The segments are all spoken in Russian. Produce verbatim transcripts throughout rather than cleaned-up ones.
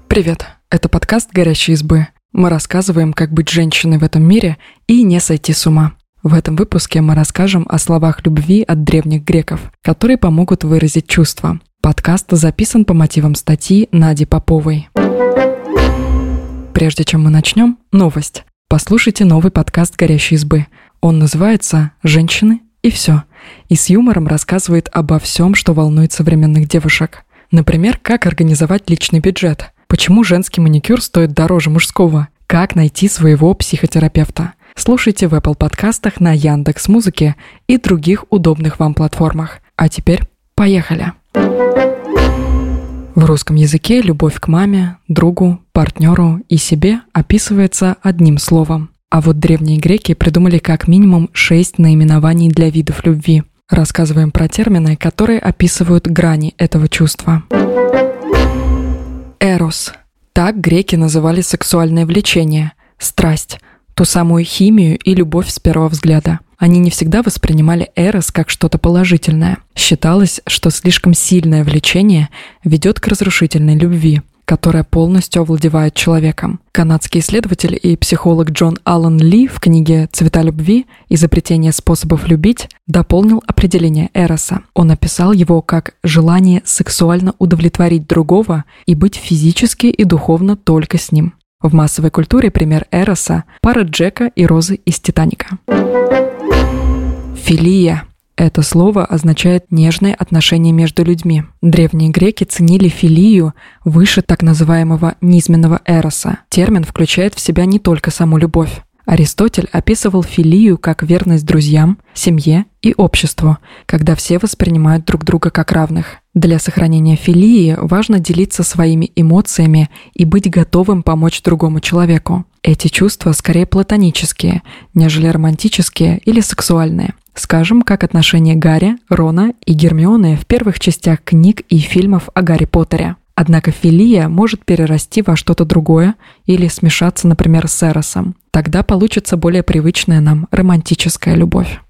Привет, это подкаст «Горящие избы». Мы рассказываем, как быть женщиной в этом мире и не сойти с ума. В этом выпуске мы расскажем о словах любви от древних греков, которые помогут выразить чувства. Подкаст записан по мотивам статьи Нади Поповой. Прежде чем мы начнем, новость. Послушайте новый подкаст «Горящие избы». Он называется «Женщины и все». И с юмором рассказывает обо всем, что волнует современных девушек. Например, как организовать личный бюджет, почему женский маникюр стоит дороже мужского, как найти своего психотерапевта. Слушайте в Apple подкастах, на Яндекс.Музыке и других удобных вам платформах. А теперь поехали! В русском языке любовь к маме, другу, партнеру и себе описывается одним словом. А вот древние греки придумали как минимум шесть наименований для видов любви. Рассказываем про термины, которые описывают грани этого чувства. Эрос. Так греки называли сексуальное влечение, страсть, ту самую химию и любовь с первого взгляда. Они не всегда воспринимали эрос как что-то положительное. Считалось, что слишком сильное влечение ведет к разрушительной любви, которая полностью овладевает человеком. Канадский исследователь и психолог Джон Аллен Ли в книге «Цвета любви. Изобретение способов любить» дополнил определение эроса. Он описал его как желание сексуально удовлетворить другого и быть физически и духовно только с ним. В массовой культуре пример эроса – пара Джека и Розы из «Титаника». Филия. Это слово означает нежные отношения между людьми. Древние греки ценили филию выше так называемого низменного эроса. Термин включает в себя не только саму любовь. Аристотель описывал филию как верность друзьям, семье и обществу, когда все воспринимают друг друга как равных. Для сохранения филии важно делиться своими эмоциями и быть готовым помочь другому человеку. Эти чувства скорее платонические, нежели романтические или сексуальные. Скажем, как отношения Гарри, Рона и Гермионы в первых частях книг и фильмов о Гарри Поттере. Однако филия может перерасти во что-то другое или смешаться, например, с эросом. Тогда получится более привычная нам романтическая любовь.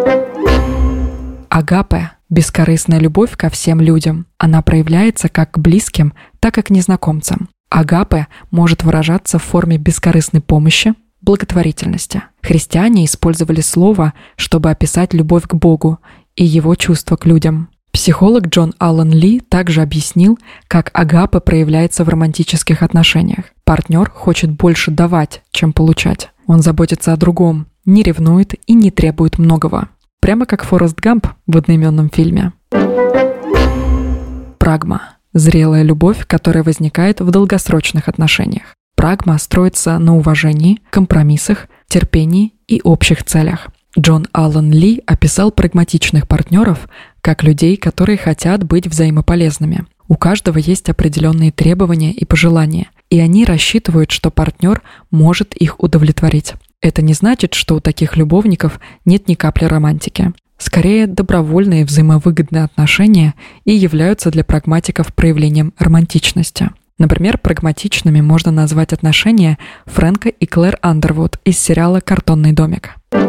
Агапе – бескорыстная любовь ко всем людям. Она проявляется как к близким, так и к незнакомцам. Агапе может выражаться в форме бескорыстной помощи, благотворительности. Христиане использовали слово, чтобы описать любовь к Богу и его чувства к людям. Психолог Джон Аллен Ли также объяснил, как агапе проявляется в романтических отношениях. Партнер хочет больше давать, чем получать. Он заботится о другом, не ревнует и не требует многого. Прямо как Форест Гамп в одноименном фильме. Прагма – зрелая любовь, которая возникает в долгосрочных отношениях. Прагма строится на уважении, компромиссах, терпении и общих целях. Джон Аллен Ли описал прагматичных партнеров как людей, которые хотят быть взаимополезными. У каждого есть определенные требования и пожелания, и они рассчитывают, что партнер может их удовлетворить. Это не значит, что у таких любовников нет ни капли романтики. Скорее, добровольные взаимовыгодные отношения и являются для прагматиков проявлением романтичности. Например, прагматичными можно назвать отношения Фрэнка и Клэр Андервуд из сериала «Картонный домик».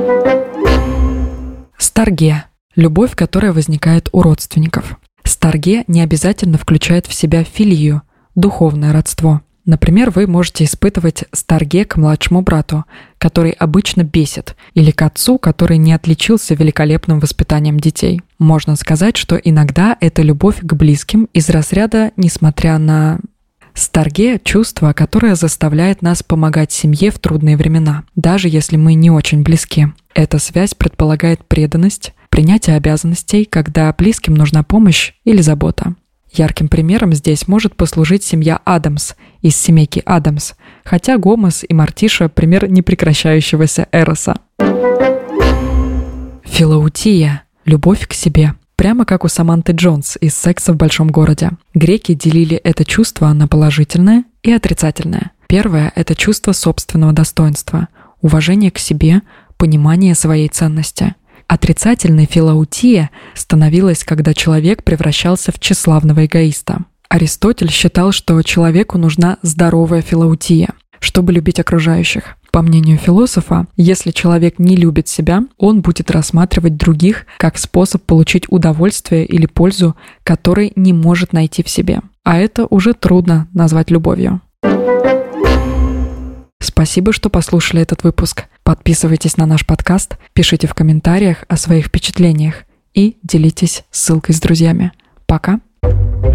Старге – любовь, которая возникает у родственников. Старге не обязательно включает в себя филию, духовное родство. Например, вы можете испытывать старге к младшему брату, который обычно бесит, или к отцу, который не отличился великолепным воспитанием детей. Можно сказать, что иногда это любовь к близким из разряда «несмотря на…» Старге – чувство, которое заставляет нас помогать семье в трудные времена, даже если мы не очень близки. Эта связь предполагает преданность, принятие обязанностей, когда близким нужна помощь или забота. Ярким примером здесь может послужить семья Адамс из семейки Адамс, хотя Гомес и Мартиша – пример непрекращающегося эроса. Филаутия – любовь к себе. Прямо как у Саманты Джонс из «Секса в большом городе». Греки делили это чувство на положительное и отрицательное. Первое – это чувство собственного достоинства, уважение к себе, понимание своей ценности. Отрицательной филаутия становилась, когда человек превращался в тщеславного эгоиста. Аристотель считал, что человеку нужна здоровая филаутия, чтобы любить окружающих. По мнению философа, если человек не любит себя, он будет рассматривать других как способ получить удовольствие или пользу, который не может найти в себе. А это уже трудно назвать любовью. Спасибо, что послушали этот выпуск. Подписывайтесь на наш подкаст, пишите в комментариях о своих впечатлениях и делитесь ссылкой с друзьями. Пока!